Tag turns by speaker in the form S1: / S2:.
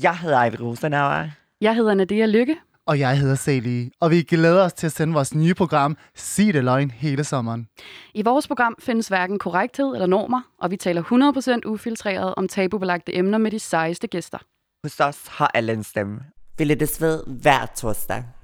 S1: Jeg hedder Ivy Rosenauer.
S2: Jeg hedder Nadia Lykke.
S3: Og jeg hedder Sally, og vi glæder os til at sende vores nye program, Sig det løgn, hele sommeren.
S2: I vores program findes hverken korrekthed eller normer, og vi taler 100% ufiltreret om tabubelagte emner med de sejeste gæster.
S1: Hos os har alle en stemme.
S4: Vi lyttes ved hver torsdag.